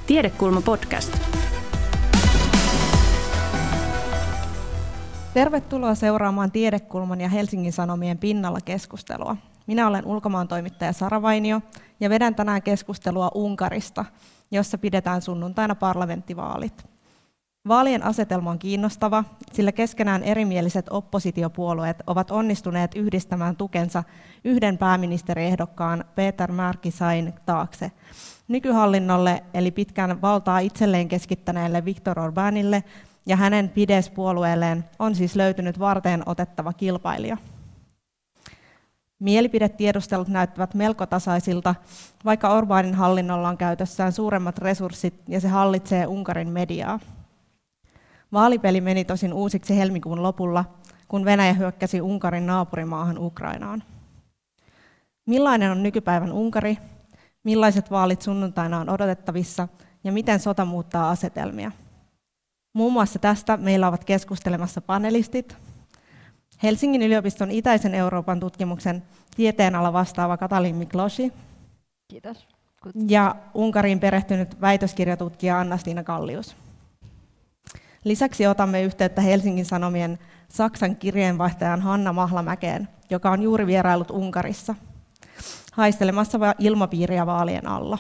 Tiedekulma podcast. Tervetuloa seuraamaan Tiedekulman ja Helsingin Sanomien pinnalla keskustelua. Minä olen ulkomaantoimittaja Sara Vainio ja vedän tänään keskustelua Unkarista, jossa pidetään sunnuntaina parlamenttivaalit. Vaalien asetelma on kiinnostava, sillä keskenään erimieliset oppositiopuolueet ovat onnistuneet yhdistämään tukensa yhden pääministeriehdokkaan Peter Märkisain taakse. Nykyhallinnolle eli pitkään valtaa itselleen keskittäneelle Viktor Orbánille ja hänen Fidesz-puolueelleen on siis löytynyt varteen otettava kilpailija. Mielipidetiedustelut näyttävät melko tasaisilta, vaikka Orbánin hallinnolla on käytössään suuremmat resurssit ja se hallitsee Unkarin mediaa. Vaalipeli meni tosin uusiksi helmikuun lopulla, kun Venäjä hyökkäsi Unkarin naapurimaahan Ukrainaan. Millainen on nykypäivän Unkari? Millaiset vaalit sunnuntaina on odotettavissa ja miten sota muuttaa asetelmia? Muun muassa tästä meillä ovat keskustelemassa panelistit. Helsingin yliopiston itäisen Euroopan tutkimuksen tieteenala vastaava Katalin Miklosi. Kiitos. Ja Unkariin perehtynyt väitöskirjatutkija Anna-Stiina Kallius. Lisäksi otamme yhteyttä Helsingin Sanomien Saksan kirjeenvaihtajan Hanna Mahlamäkeen, joka on juuri vierailut Unkarissa, haistelemassa ilmapiiriä vaalien alla.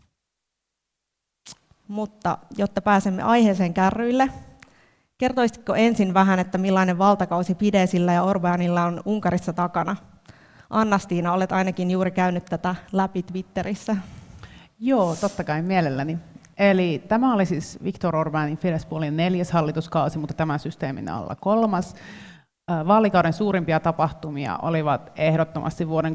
Mutta jotta pääsemme aiheeseen kärryille, kertoisitko ensin vähän, että millainen valtakausi Fideszillä ja Orbánilla on Unkarissa takana? Anna-Stiina, olet ainakin juuri käynyt tätä läpi Twitterissä. Joo, totta kai mielelläni. Eli tämä oli siis Viktor Orbánin Fidesz-puolueen 4. hallituskausi, mutta tämän systeemin alla 3. Vaalikauden suurimpia tapahtumia olivat ehdottomasti vuoden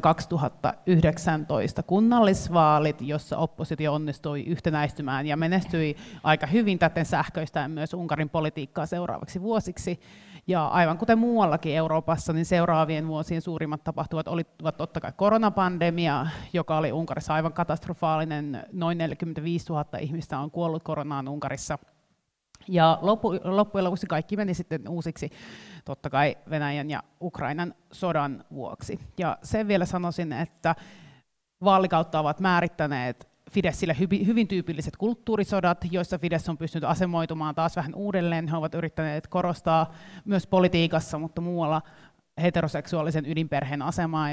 2019 kunnallisvaalit, jossa oppositio onnistui yhtenäistymään ja menestyi aika hyvin täten sähköistäen myös Unkarin politiikkaa seuraavaksi vuosiksi. Ja aivan kuten muuallakin Euroopassa, niin seuraavien vuosien suurimmat tapahtumat olivat totta kai koronapandemia, joka oli Unkarissa aivan katastrofaalinen. Noin 45 000 ihmistä on kuollut koronaan Unkarissa. Ja loppujen lopuksi kaikki meni sitten uusiksi, totta kai Venäjän ja Ukrainan sodan vuoksi. Ja sen vielä sanoisin, että vaalikautta ovat määrittäneet Fideszille hyvin tyypilliset kulttuurisodat, joissa Fidesz on pystynyt asemoitumaan taas vähän uudelleen. He ovat yrittäneet korostaa myös politiikassa, mutta muualla heteroseksuaalisen ydinperheen asemaa,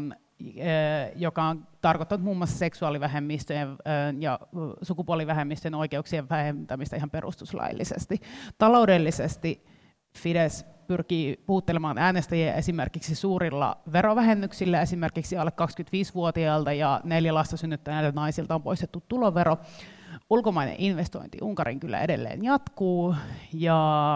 joka on tarkoittanut muun muassa seksuaalivähemmistöjen ja sukupuolivähemmistöjen oikeuksien vähentämistä ihan perustuslaillisesti. Taloudellisesti Fidesz pyrkii puhuttelemaan äänestäjiä esimerkiksi suurilla verovähennyksillä, esimerkiksi alle 25-vuotiailta ja 4 lasta synnyttäneiltä naisilta on poistettu tulovero. Ulkomainen investointi Unkarin kyllä edelleen jatkuu, ja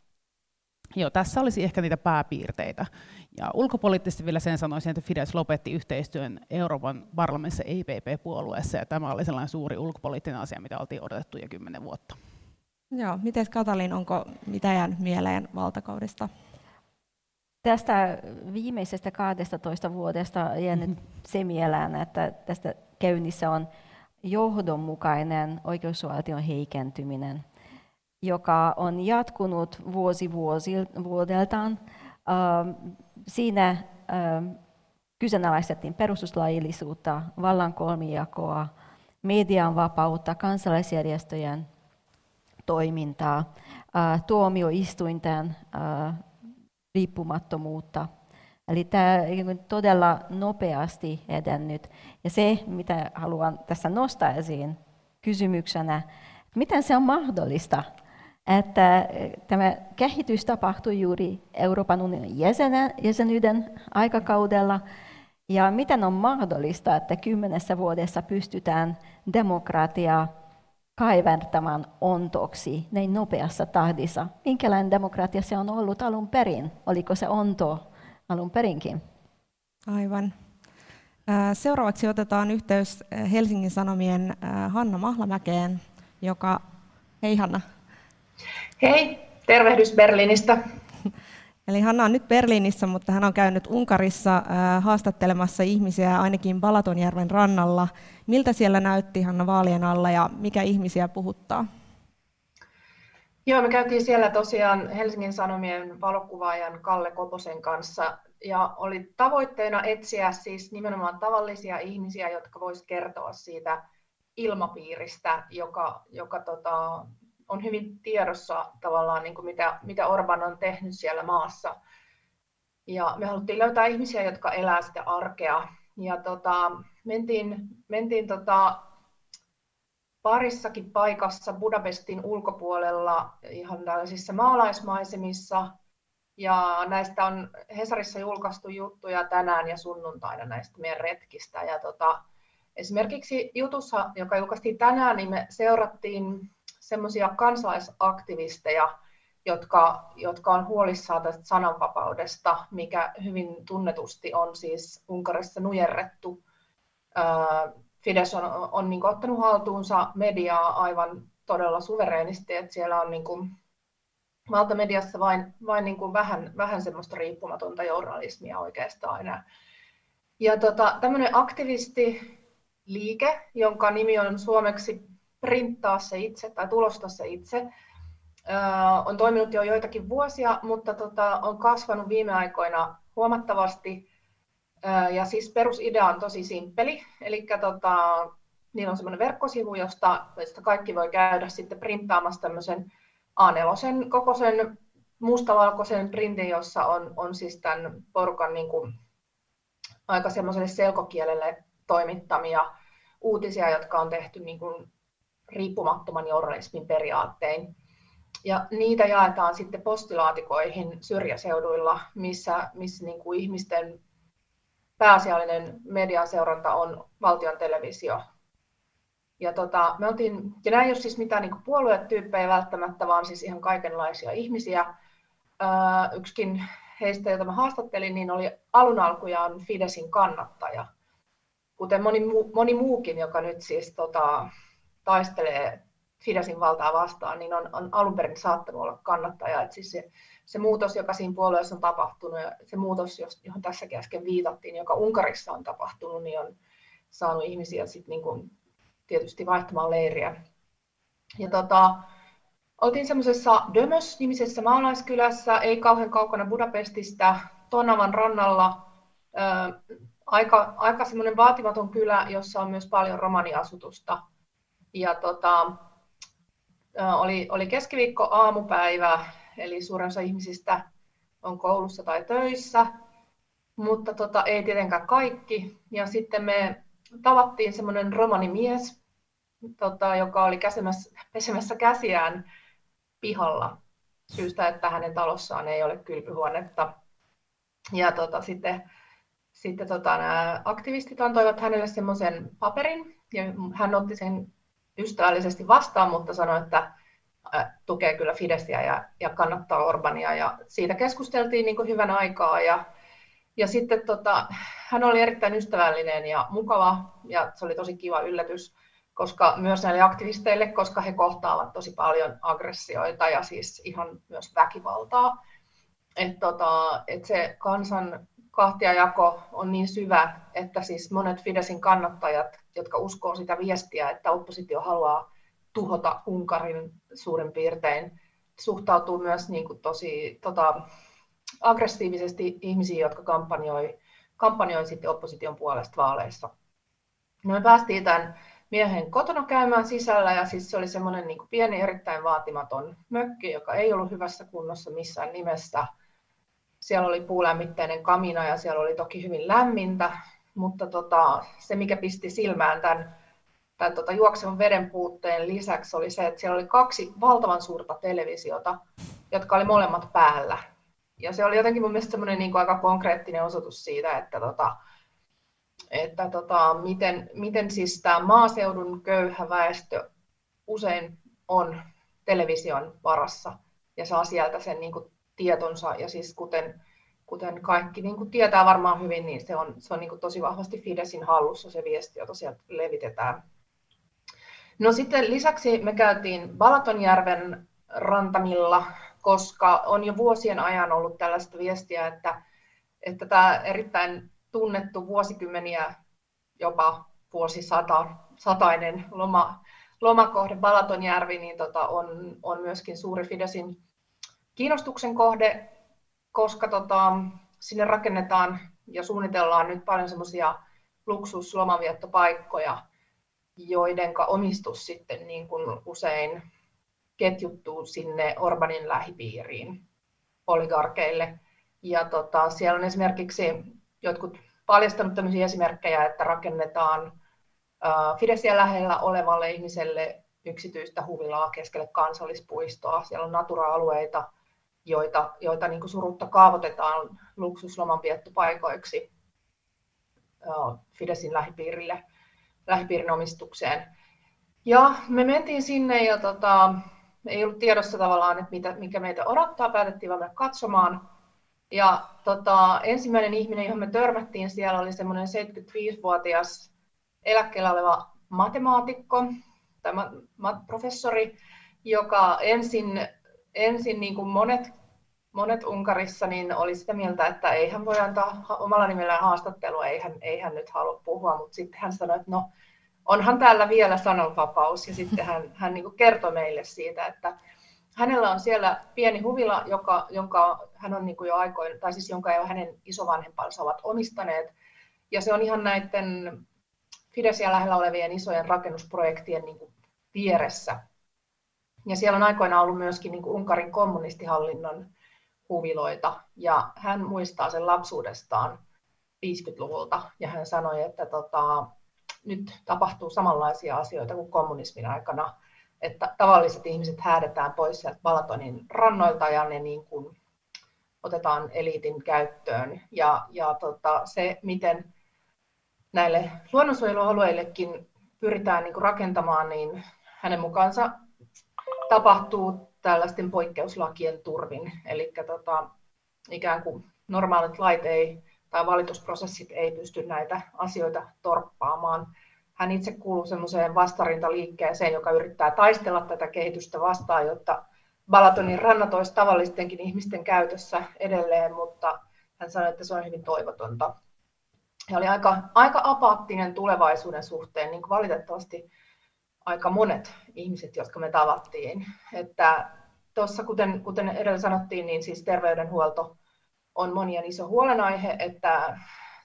tässä olisi ehkä niitä pääpiirteitä. Ja ulkopoliittisesti vielä sen sanoisin, että Fidesz lopetti yhteistyön Euroopan parlamentissa EPP-puolueessa, ja tämä oli sellainen suuri ulkopoliittinen asia, mitä oltiin odotettu jo 10 vuotta. Joo, miten Katalin, onko mitä jäänyt mieleen valtakaudesta? Tästä viimeisestä 12 vuodesta jäänyt se mieleen, että tästä käynnissä on johdonmukainen oikeusvaltion heikentyminen, joka on jatkunut vuodeltaan. Siinä kyseenalaistettiin perustuslaillisuutta, vallan kolmijakoa, median vapautta, kansalaisjärjestöjen toimintaa, tuomioistuinten riippumattomuutta. Eli tämä on todella nopeasti edennyt. Ja se, mitä haluan tässä nostaa esiin kysymyksenä, miten se on mahdollista, että tämä kehitys tapahtui juuri Euroopan unionin jäsenyyden aikakaudella, ja miten on mahdollista, että 10 vuodessa pystytään demokratiaa kaivertamaan ontoksi näin nopeassa tahdissa. Minkälainen demokratia se on ollut alun perin? Oliko se onto alun perinkin? Aivan. Seuraavaksi otetaan yhteys Helsingin Sanomien Hanna Mahlamäkeen, joka... Hei Hanna. Hei, tervehdys Berliinistä. Eli Hanna on nyt Berliinissä, mutta hän on käynyt Unkarissa haastattelemassa ihmisiä ainakin Balatonjärven rannalla. Miltä siellä näytti Hanna vaalien alla ja mikä ihmisiä puhuttaa? Joo, me käytiin siellä tosiaan Helsingin Sanomien valokuvaajan Kalle Koposen kanssa ja oli tavoitteena etsiä siis nimenomaan tavallisia ihmisiä, jotka vois kertoa siitä ilmapiiristä, joka on hyvin tiedossa tavallaan, niin kuin mitä Orban on tehnyt siellä maassa. Ja me haluttiin löytää ihmisiä, jotka elää sitä arkea. Ja mentiin parissakin paikassa Budapestin ulkopuolella ihan tällaisissa maalaismaisemissa. Ja näistä on Hesarissa julkaistu juttuja tänään ja sunnuntaina näistä meidän retkistä. Ja esimerkiksi jutussa, joka julkaistiin tänään, niin me seurattiin semmoisia kansalaisaktivisteja, jotka on huolissaan tästä sananvapaudesta, mikä hyvin tunnetusti on siis Unkarissa nujerrettu. Fidesz on niin kuin ottanut haltuunsa mediaa aivan todella suvereenisti, että siellä on niin kuin valtamediassa vain niin kuin vähän semmoista riippumatonta journalismia oikeastaan enää. Ja tämmöinen aktivistiliike, jonka nimi on suomeksi Printtaa se itse tai Tulosta se itse, on toiminut jo joitakin vuosia, mutta on kasvanut viime aikoina huomattavasti. Ja siis perusidea on tosi simppeli, eli niillä on semmoinen verkkosivu, josta kaikki voi käydä sitten printtaamassa tämmöisen A4 kokoisen mustavalkoisen printin, jossa on siis tämän porukan niin kuin aika semmoiselle selkokielelle toimittamia uutisia, jotka on tehty niin kuin riippumattoman journalismin periaattein. Ja niitä jaetaan sitten postilaatikoihin syrjäseuduilla, missä niin kuin ihmisten pääasiallinen mediaseuranta on valtion televisio. Ja nämä ei ole siis mitään niin kuin puoluetyyppejä välttämättä, vaan siis ihan kaikenlaisia ihmisiä. Yksikin heistä, jota mä haastattelin, niin oli alun alkujaan Fideszin kannattaja. Kuten moni muukin, joka nyt siis taistelee Fideszin valtaa vastaan, niin on alun perin saattanut olla kannattaja. Et siis se muutos, joka siinä puolueessa on tapahtunut, ja se muutos, johon tässäkin äsken viitattiin, joka Unkarissa on tapahtunut, niin on saanut ihmisiä sit niin kuin tietysti vaihtamaan leiriä. Ja oltiin semmoisessa Dömös-nimisessä maalaiskylässä, ei kauhean kaukana Budapestista, Tonavan rannalla, aika semmoinen vaatimaton kylä, jossa on myös paljon romaniasutusta. Ja oli keskiviikko aamupäivä, eli suurin osa ihmisistä on koulussa tai töissä, mutta ei tietenkään kaikki. Ja sitten me tavattiin semmoinen romanimies, joka oli pesemässä käsiään pihalla syystä, että hänen talossaan ei ole kylpyhuonetta. Ja sitten nämä aktivistit antoivat hänelle semmoisen paperin, ja hän otti sen ystävällisesti vastaan, mutta sanoi, että tukee kyllä Fideszia ja kannattaa Orbania. Ja siitä keskusteltiin niin kuin hyvän aikaa. Ja sitten hän oli erittäin ystävällinen ja mukava, ja se oli tosi kiva yllätys, koska myös näille aktivisteille, koska he kohtaavat tosi paljon aggressioita ja siis ihan myös väkivaltaa. Että se kansan kahtiajako on niin syvä, että siis monet Fideszin kannattajat, jotka uskoo sitä viestiä, että oppositio haluaa tuhota Unkarin suurin piirtein, suhtautuu myös niin kuin tosi aggressiivisesti ihmisiin, jotka kampanjoi sitten opposition puolesta vaaleissa. No me päästiin tämän miehen kotona käymään sisällä, ja siis se oli semmoinen niin kuin pieni, erittäin vaatimaton mökki, joka ei ollut hyvässä kunnossa missään nimessä. Siellä oli puulämmitteinen kamina ja siellä oli toki hyvin lämmintä, mutta se mikä pisti silmään tämän juoksevan veden puutteen lisäksi oli se, että siellä oli 2 valtavan suurta televisiota, jotka oli molemmat päällä. Ja se oli jotenkin mun mielestä semmoinen niin kuin aika konkreettinen osoitus siitä, että miten siis tämä maaseudun köyhä väestö usein on television varassa ja saa sieltä sen niin kuin tietonsa, ja siis kuten kaikki niin kuin tietää varmaan hyvin, niin se on niin kuin tosi vahvasti Fideszin hallussa se viesti, jota sieltä levitetään. No sitten lisäksi me käytiin Balatonjärven rantamilla, koska on jo vuosien ajan ollut tällaista viestiä, että tämä erittäin tunnettu vuosikymmeniä, jopa vuosisatainen lomakohde Balatonjärvi niin on myöskin suuri Fideszin kiinnostuksen kohde, koska sinne rakennetaan ja suunnitellaan nyt paljon semmoisia luksuslomaviettopaikkoja. joidenka omistus sitten niin kuin usein ketjuttuu sinne Orbanin lähipiiriin oligarkeille. Ja siellä on esimerkiksi jotkut paljastanut tämmöisiä esimerkkejä, että rakennetaan Fidesia lähellä olevalle ihmiselle yksityistä huvilaa keskelle kansallispuistoa. Siellä on natura-alueita, joita niin kuin surutta kaavoitetaan luksuslomanviettopaikoiksi Fidesin lähipiirin omistukseen. Ja me mentiin sinne ja ei ollut tiedossa tavallaan, että mikä meitä odottaa, päätettiin vaan mennä katsomaan. Ja ensimmäinen ihminen, johon me törmättiin siellä, oli semmoinen 75-vuotias eläkkeellä oleva matemaatikko tai professori, joka ensin niin kuin monet Unkarissa niin oli sitä mieltä, että ei hän voi antaa omalla nimellään haastattelua, ei hän nyt halua puhua, mutta sitten hän sanoi, että no onhan täällä vielä sananvapaus, ja sitten hän niin kuin kertoi meille siitä, että hänellä on siellä pieni huvila, jonka hän on niin kuin jo aikoin, tai siis jonka jo hänen isovanhempansa ovat omistaneet, ja se on ihan näiden Fidesia lähellä olevien isojen rakennusprojektien niin kuin vieressä. Ja siellä on aikoinaan ollut myöskin niin kuin Unkarin kommunistihallinnon huviloita, ja hän muistaa sen lapsuudestaan 50-luvulta, ja hän sanoi, että nyt tapahtuu samanlaisia asioita kuin kommunismin aikana, että tavalliset ihmiset häädetään pois sieltä Balatonin rannoilta, ja ne niin kuin otetaan eliitin käyttöön, ja se, miten näille luonnonsuojelualueillekin pyritään niin kuin rakentamaan, niin hänen mukaansa tapahtuu tällaisten poikkeuslakien turvin. Eli ikään kuin normaalit lait tai valitusprosessit ei pysty näitä asioita torppaamaan. Hän itse kuuluu semmoiseen vastarintaliikkeeseen, joka yrittää taistella tätä kehitystä vastaan, jotta Balatonin rannat olisi tavallistenkin ihmisten käytössä edelleen, mutta hän sanoi, että se on hyvin toivotonta. Hän oli aika apaattinen tulevaisuuden suhteen, niin kuin valitettavasti aika monet ihmiset, jotka me tavattiin. Että tuossa, kuten edellä sanottiin, niin siis terveydenhuolto on monien iso huolenaihe, että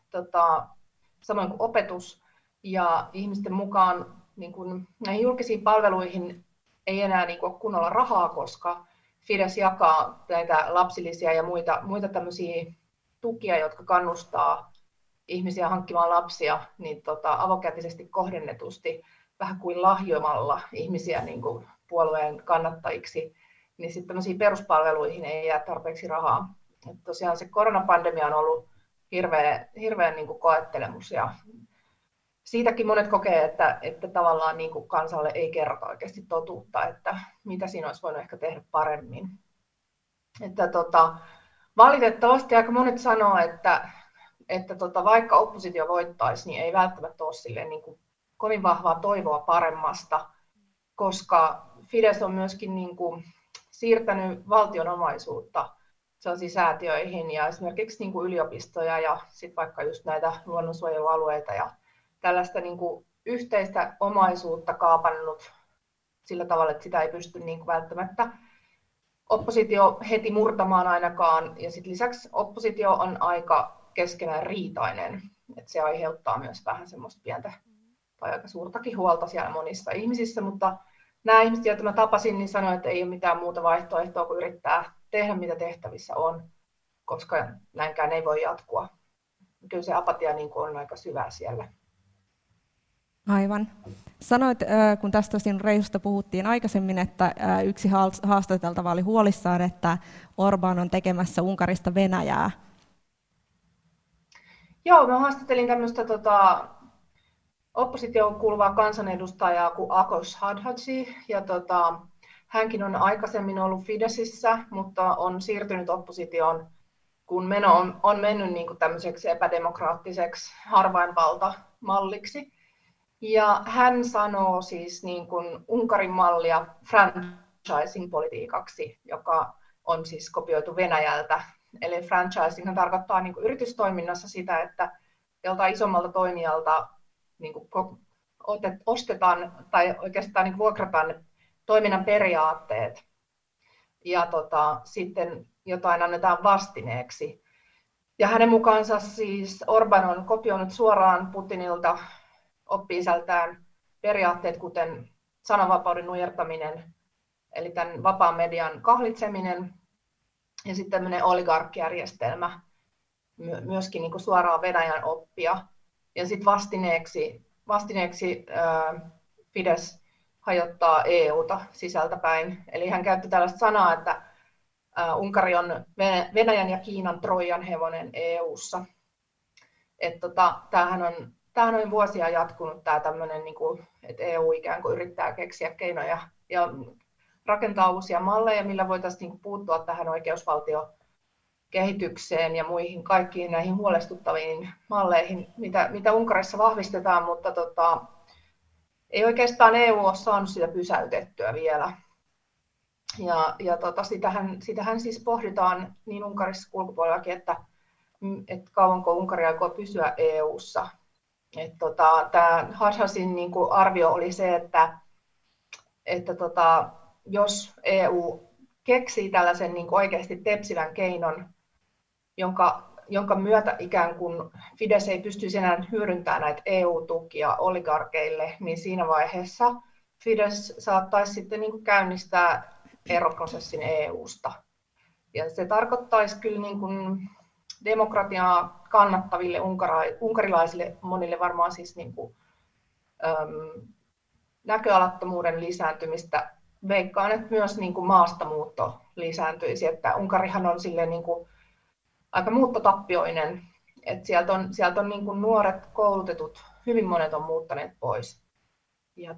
samoin kuin opetus ja ihmisten mukaan niin kuin näihin julkisiin palveluihin ei enää niin kuin ole kunnolla rahaa, koska Fidesz jakaa näitä lapsilisiä ja muita tämmöisiä tukia, jotka kannustaa ihmisiä hankkimaan lapsia, niin avokätisesti kohdennetusti, vähän kuin lahjoimalla ihmisiä niin kuin puolueen kannattajiksi, niin sitten tämmöisiin peruspalveluihin ei jää tarpeeksi rahaa. Että tosiaan se koronapandemia on ollut hirveän niin kuin koettelemus, ja siitäkin monet kokee, että tavallaan niin kuin kansalle ei kerrota oikeasti totuutta, että mitä siinä olisi voinut ehkä tehdä paremmin. Että valitettavasti aika monet sanoo, että vaikka oppositio voittaisi, niin ei välttämättä ole silleen niin kuin kovin vahvaa toivoa paremmasta, koska Fidesz on myöskin niin kuin siirtänyt valtionomaisuutta sellaisiin säätiöihin ja esimerkiksi niin kuin yliopistoja ja sitten vaikka just näitä luonnonsuojelualueita ja tällaista niin kuin yhteistä omaisuutta kaapannut sillä tavalla, että sitä ei pysty niin kuin välttämättä oppositio heti murtamaan ainakaan. Ja sitten lisäksi oppositio on aika keskenään riitainen, että se aiheuttaa myös vähän semmoista pientä tai aika suurtakin huolta siellä monissa ihmisissä, mutta nämä ihmiset, joita mä tapasin, niin sanoivat, että ei ole mitään muuta vaihtoehtoa kuin yrittää tehdä, mitä tehtävissä on, koska näinkään ei voi jatkua. Kyllä se apatia niin kuin on aika syvää siellä. Aivan. Sanoit, kun tästä sinun reisusta puhuttiin aikaisemmin, että yksi haastateltava oli huolissaan, että Orbán on tekemässä Unkarista Venäjää. Joo, mä haastattelin tämmöistä oppositioon kuuluvaa kansanedustajaa kuin Ákos Hadhaci, ja hänkin on aikaisemmin ollut Fideszissä, mutta on siirtynyt oppositioon, kun meno on mennyt niin kuin tämmöiseksi epädemokraattiseksi harvainvaltamalliksi. Ja hän sanoo siis niin kuin Unkarin mallia franchising-politiikaksi, joka on siis kopioitu Venäjältä. Eli franchising tarkoittaa niin kuin yritystoiminnassa sitä, että joltain isommalta toimijalta niin kuin ostetaan tai oikeastaan niin kuin vuokrataan ne toiminnan periaatteet ja sitten jotain annetaan vastineeksi. Ja hänen mukaansa siis Orbán on kopioinut suoraan Putinilta oppi-isältään periaatteet, kuten sananvapauden nujertaminen, eli tämän vapaan median kahlitseminen, ja sitten tämmöinen oligarkkijärjestelmä, myöskin niin kuin suoraan Venäjän oppia. Ja sitten vastineeksi Fidesz hajottaa EUta sisältäpäin. Eli hän käytti tällaista sanaa, että Unkari on Venäjän ja Kiinan Trojan hevonen EUssa. Tämähän on vuosia jatkunut tämä tämmöinen, niin kuin, että EU ikään kuin yrittää keksiä keinoja ja rakentaa uusia malleja, millä voitaisiin niin kuin puuttua tähän oikeusvaltiokehitykseen ja muihin kaikkiin näihin huolestuttaviin malleihin, mitä Unkarissa vahvistetaan, mutta ei oikeastaan EU ole saanut sitä pysäytettyä vielä. Sitähän siis pohditaan niin Unkarissa kuin ulkopuolellakin, että kauanko Unkari aikoo pysyä EU:ssa. Tämä Hadhasin niin kuin arvio oli se, että jos EU keksii tällaisen niin kuin oikeasti tepsivän keinon, jonka myötä ikään kuin Fidesz ei pystyisi enää hyödyntämään näitä EU-tukia oligarkeille, niin siinä vaiheessa Fidesz saattaisi sitten niin kuin käynnistää eroprosessin EUsta. Ja se tarkoittaisi kyllä niin kuin demokratiaa kannattaville unkarilaisille, monille varmaan siis niin kuin, näköalattomuuden lisääntymistä. Veikkaan, että myös niin kuin maastamuutto lisääntyisi, että Unkarihan on silleen niin kuin aika muuttotappioinen, että sieltä on niin kuin nuoret koulutetut, hyvin monet on muuttaneet pois. Ja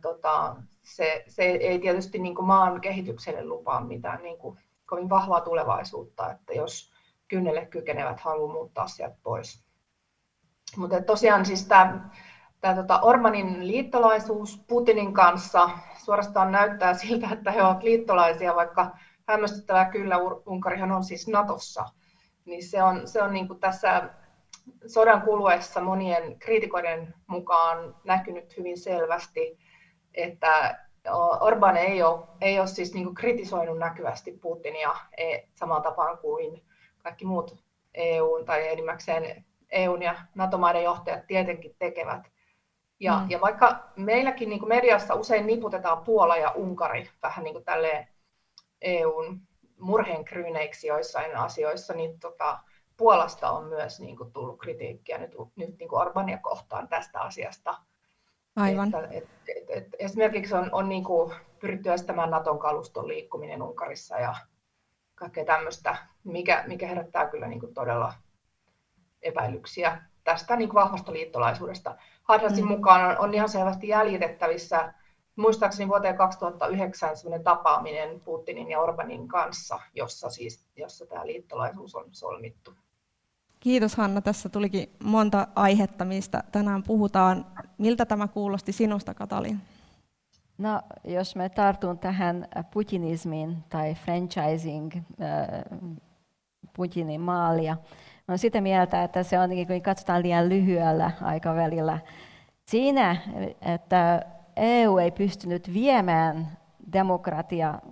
se ei tietysti niin kuin maan kehitykselle lupaa mitään niin kuin kovin vahvaa tulevaisuutta, että jos kynnelle kykenevät haluaa muuttaa sieltä pois. Mutta tosiaan siis tämä Orbánin liittolaisuus Putinin kanssa suorastaan näyttää siltä, että he ovat liittolaisia, vaikka hämmästyttävää kyllä Unkarihan on siis Natossa. Niin se on niin kuin tässä sodan kuluessa monien kriitikoiden mukaan näkynyt hyvin selvästi, että Orbán ei ole siis niin kuin kritisoinut näkyvästi Putinia samaan tapaan kuin kaikki muut EU tai enimmäkseen EUn ja NATO-maiden johtajat tietenkin tekevät. Ja vaikka meilläkin niin kuin mediassa usein niputetaan Puola ja Unkari vähän niin kuin tälleen EUn murheenkryyneiksi joissain asioissa, niin Puolasta on myös niin kuin tullut kritiikkiä nyt niin kuin Orbánia kohtaan tästä asiasta. Aivan. Esimerkiksi on niin kuin pyritty estämään Naton kaluston liikkuminen Unkarissa ja kaikkea tämmöistä, mikä herättää kyllä niin kuin todella epäilyksiä tästä niin kuin vahvasta liittolaisuudesta. Hadhasin mukaan on ihan selvästi jäljitettävissä, muistaakseni vuoteen 2009 sellainen tapaaminen Putinin ja Orbánin kanssa, jossa tämä liittolaisuus on solmittu. Kiitos Hanna, tässä tulikin monta aihetta, mistä tänään puhutaan. Miltä tämä kuulosti sinusta, Katalin? No, jos mä tartun tähän putinismiin tai franchising Putinin maalia, olen sitä mieltä, että se on, kun katsotaan liian lyhyellä aikavälillä, siinä, että EU ei pystynyt viemään demokratiaa,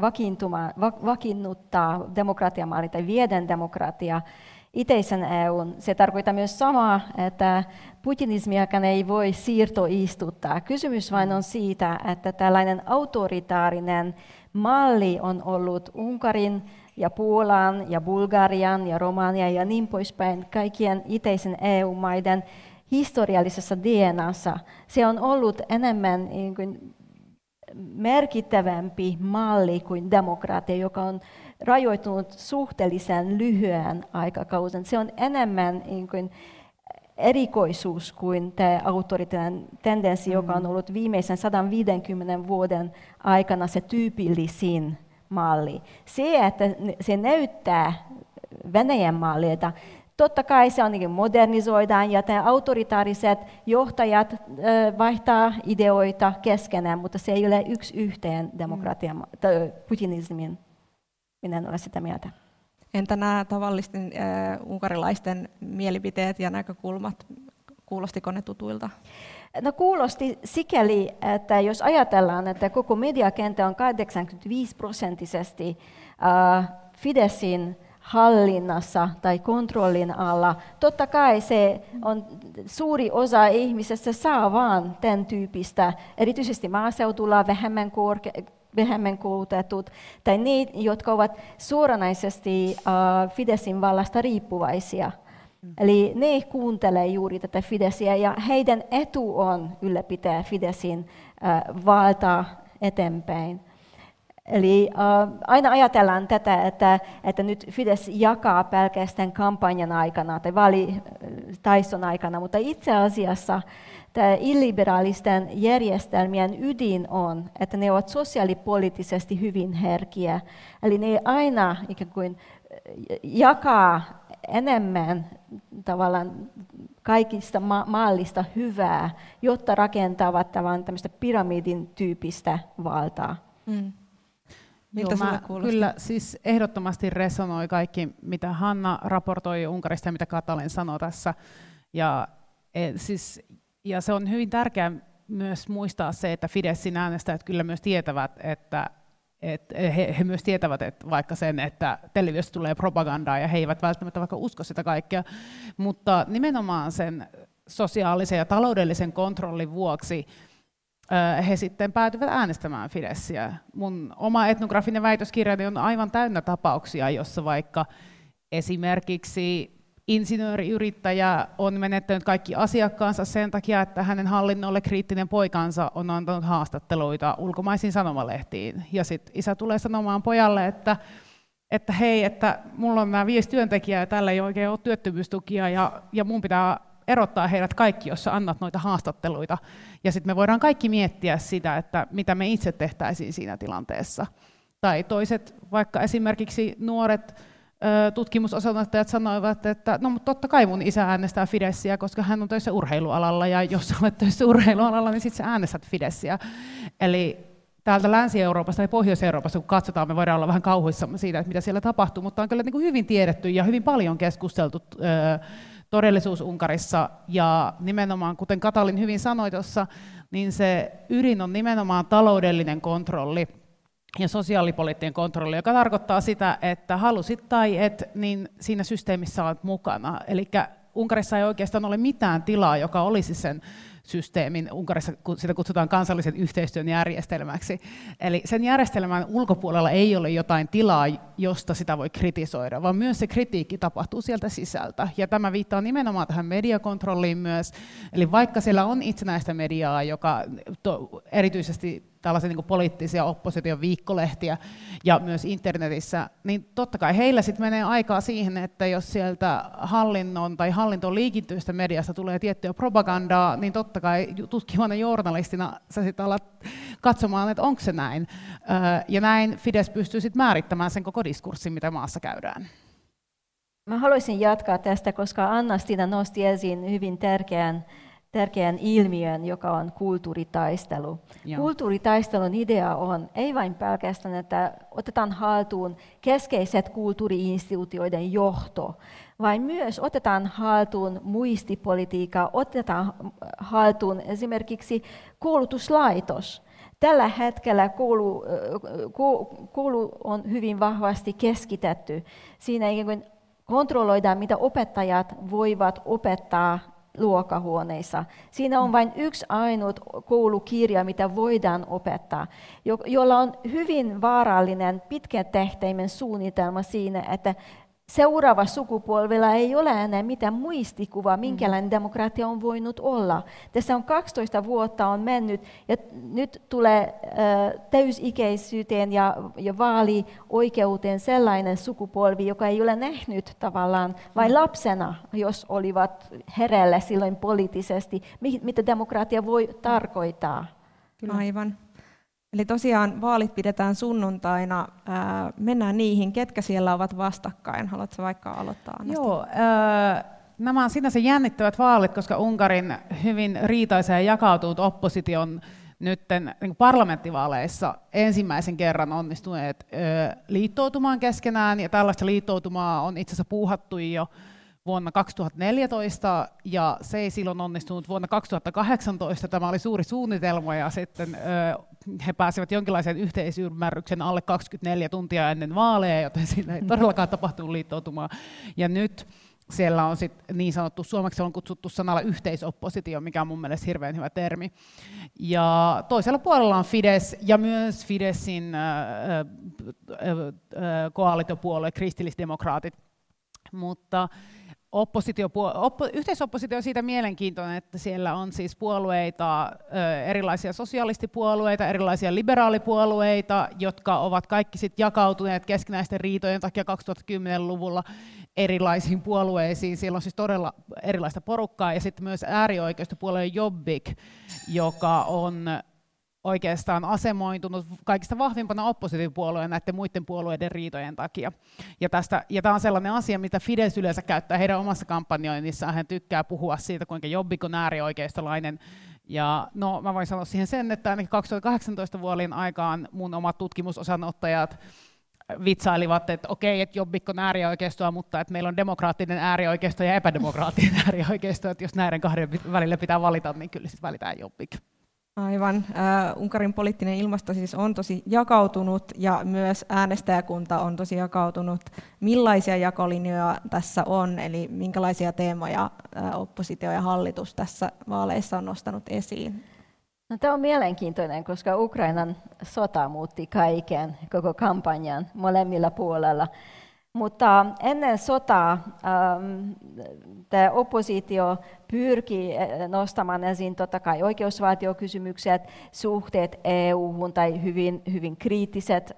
vakiinnuttaa demokratiamalli tai viedä demokratiaa itäisen EUn. Se tarkoittaa myös samaa, että putinismiakaan ei voi siirtoistuttaa. Kysymys vain on siitä, että tällainen autoritaarinen malli on ollut Unkarin ja Puolan ja Bulgarian ja Romanian ja niin poispäin kaikkien itäisen EU-maiden historiallisessa DNAssa. Se on ollut enemmän merkittävämpi malli kuin demokratia, joka on rajoittunut suhteellisen lyhyen aikakauden. Se on enemmän erikoisuus kuin tämä autoritaarinen tendenssi, joka on ollut viimeisen 150 vuoden aikana se tyypillisin malli. Se, että se näyttää Venäjän mallilta, totta kai se on modernisoidaan ja tämä autoritaariset johtajat vaihtaa ideoita keskenään, mutta se ei ole yksi yhteen demokratian putinismin. Minä en ole sitä mieltä. Entä nämä tavallisten unkarilaisten mielipiteet ja näkökulmat? Kuulostiko ne tutuilta? No kuulosti sikäli, että jos ajatellaan, että koko mediakenttä on 85% Fideszin hallinnassa tai kontrollin alla. Totta kai se on suuri osa ihmisistä saa vaan tämän tyyppistä, erityisesti maaseutulla vähemmän koulutetut, tai ne, jotka ovat suoranaisesti Fidesin vallasta riippuvaisia. Eli ne kuuntelee juuri tätä Fidesiä, ja heidän etu on ylläpitää Fidesin valtaa eteenpäin. Eli aina ajatellaan tätä, että nyt Fidesz jakaa pelkästään kampanjan aikana tai vaalitaiston aikana, mutta itse asiassa tämä illiberaalisten järjestelmien ydin on, että ne ovat sosiaalipoliittisesti hyvin herkkiä. Eli ne aina ikään kuin jakaa enemmän tavallaan kaikista maallista hyvää, jotta rakentavat tämmöistä pyramidin tyyppistä valtaa. Miltä sulle kuulostaa? Kyllä siis ehdottomasti resonoi kaikki, mitä Hanna raportoi Unkarista ja mitä Katalin sanoi tässä. Ja se on hyvin tärkeää myös muistaa se, että Fideszin äänestäjät kyllä myös tietävät, että he myös tietävät, että vaikka sen, että televisiosta tulee propagandaa ja he eivät välttämättä vaikka usko sitä kaikkea, mutta nimenomaan sen sosiaalisen ja taloudellisen kontrollin vuoksi he sitten päätyvät äänestämään Fidesziä. Mun oma etnografinen väitöskirjani on aivan täynnä tapauksia, jossa vaikka esimerkiksi insinööriyrittäjä on menettänyt kaikki asiakkaansa sen takia, että hänen hallinnolle kriittinen poikansa on antanut haastatteluita ulkomaisiin sanomalehtiin. Ja sitten isä tulee sanomaan pojalle, että hei, että mulla on nämä 5 työntekijää ja tällä ei oikein ole työttömyystukia ja mun pitää erottaa heidät kaikki, jos sä annat noita haastatteluita. Ja sitten me voidaan kaikki miettiä sitä, että mitä me itse tehtäisiin siinä tilanteessa. Tai toiset, vaikka esimerkiksi nuoret tutkimusosanottajat sanoivat, että no, mutta totta kai mun isä äänestää Fidesziä, koska hän on töissä urheilualalla, ja jos olet töissä urheilualalla, niin sitten sä äänestät Fidesziä. Eli täältä Länsi-Euroopasta ja Pohjois-Euroopassa, kun katsotaan, me voidaan olla vähän kauhuissamme siitä, että mitä siellä tapahtuu, mutta on kyllä niin kuin hyvin tiedetty ja hyvin paljon keskusteltu todellisuus Unkarissa, ja nimenomaan, kuten Katalin hyvin sanoi tuossa, niin se ydin on nimenomaan taloudellinen kontrolli ja sosiaalipoliittinen kontrolli, joka tarkoittaa sitä, että halusit tai et, niin siinä systeemissä olet mukana. Eli Unkarissa ei oikeastaan ole mitään tilaa, joka olisi sen systeemin, Unkarissa sitä kutsutaan kansallisen yhteistyön järjestelmäksi. Eli sen järjestelmän ulkopuolella ei ole jotain tilaa, josta sitä voi kritisoida, vaan myös se kritiikki tapahtuu sieltä sisältä. Ja tämä viittaa nimenomaan tähän mediakontrolliin myös. Eli vaikka siellä on itsenäistä mediaa, joka erityisesti tällaisia niin kuin poliittisia opposition viikkolehtiä ja myös internetissä, niin totta kai heillä sitten menee aikaa siihen, että jos sieltä hallinnon tai hallintoon liikittyistä mediasta tulee tiettyä propagandaa, niin totta kai tutkivana journalistina sä sitten alat katsomaan, että onko se näin. Ja näin Fidesz pystyy sitten määrittämään sen koko diskurssin, mitä maassa käydään. Mä haluaisin jatkaa tästä, koska Anna-Stina nosti esiin hyvin tärkeän ilmiön, joka on kulttuuritaistelu. Joo. Kulttuuritaistelun idea on ei vain pelkästään, että otetaan haltuun keskeiset kulttuuri-instituutioiden johto, vaan myös otetaan haltuun muistipolitiikkaa, otetaan haltuun esimerkiksi koulutuslaitos. Tällä hetkellä koulu on hyvin vahvasti keskitetty. Siinä ikään kuin kontrolloidaan, mitä opettajat voivat opettaa luokkahuoneissa. Siinä on vain yksi ainut koulukirja, mitä voidaan opettaa, jolla on hyvin vaarallinen pitkätähtäimen suunnitelma siinä, että seuraava sukupolvella ei ole enää mitään muistikuvaa, minkälainen demokratia on voinut olla. Tässä on 12 vuotta on mennyt, ja nyt tulee täysikäisyyteen ja vaalioikeuteen sellainen sukupolvi, joka ei ole nähnyt tavallaan vain lapsena, jos olivat hereillä silloin poliittisesti, mitä demokratia voi tarkoittaa. Kyllä. Aivan. Eli tosiaan vaalit pidetään sunnuntaina. Mennään niihin, ketkä siellä ovat vastakkain. Haluatko vaikka aloittaa, Anna? Joo, nämä on sinänsä jännittävät vaalit, koska Unkarin hyvin riitaisen ja jakautunut opposition nytten niin parlamenttivaaleissa ensimmäisen kerran onnistuneet liittoutumaan keskenään, ja tällaista liittoutumaa on itse asiassa puuhattu jo vuonna 2014, ja se ei silloin onnistunut vuonna 2018. Tämä oli suuri suunnitelma, ja sitten he pääsivät jonkinlaiseen yhteisymmärryksen alle 24 tuntia ennen vaaleja, joten siinä ei todellakaan tapahtunut liittoutumaa. Ja nyt siellä on sit niin sanottu, suomeksi on kutsuttu sanalla yhteisoppositio, mikä on mun mielestä hirveän hyvä termi. Ja toisella puolella on Fidesz ja myös Fideszin koalitiopuolue, kristillisdemokraatit. Mutta yhteisoppositio on siitä mielenkiintoinen, että siellä on siis puolueita, erilaisia sosialistipuolueita, erilaisia liberaalipuolueita, jotka ovat kaikki sit jakautuneet keskinäisten riitojen takia 2010-luvulla erilaisiin puolueisiin. Siellä on siis todella erilaista porukkaa, ja sitten myös äärioikeistopuolueen Jobbik, joka on oikeastaan asemointunut kaikista vahvimpana oppositiopuolueena näiden muiden puolueiden riitojen takia. Ja tämä on sellainen asia, mitä Fidesz yleensä käyttää heidän omassa kampanjoinnissaan. Hän tykkää puhua siitä, kuinka Jobbik on äärioikeistolainen. Ja no, mä voin sanoa siihen sen, että ainakin 2018 vuoden aikaan mun omat tutkimusosanottajat vitsailivat, että okei, että Jobbik on äärioikeistoa, mutta että meillä on demokraattinen äärioikeisto ja epädemokraattinen äärioikeisto, että jos näiden kahden välillä pitää valita, niin kyllä sitten valitaan Jobbik. Aivan. Unkarin poliittinen ilmasto siis on tosi jakautunut ja myös äänestäjäkunta on tosi jakautunut. Millaisia jakolinjoja tässä on, eli minkälaisia teemoja oppositio ja hallitus tässä vaaleissa on nostanut esiin? No, tämä on mielenkiintoinen, koska Ukrainan sota muutti kaiken, koko kampanjan molemmilla puolella. Mutta ennen sotaa tämä oppositio pyrki nostamaan esiin totta kai oikeusvaltiokysymykset, suhteet EU-hun tai hyvin kriittiset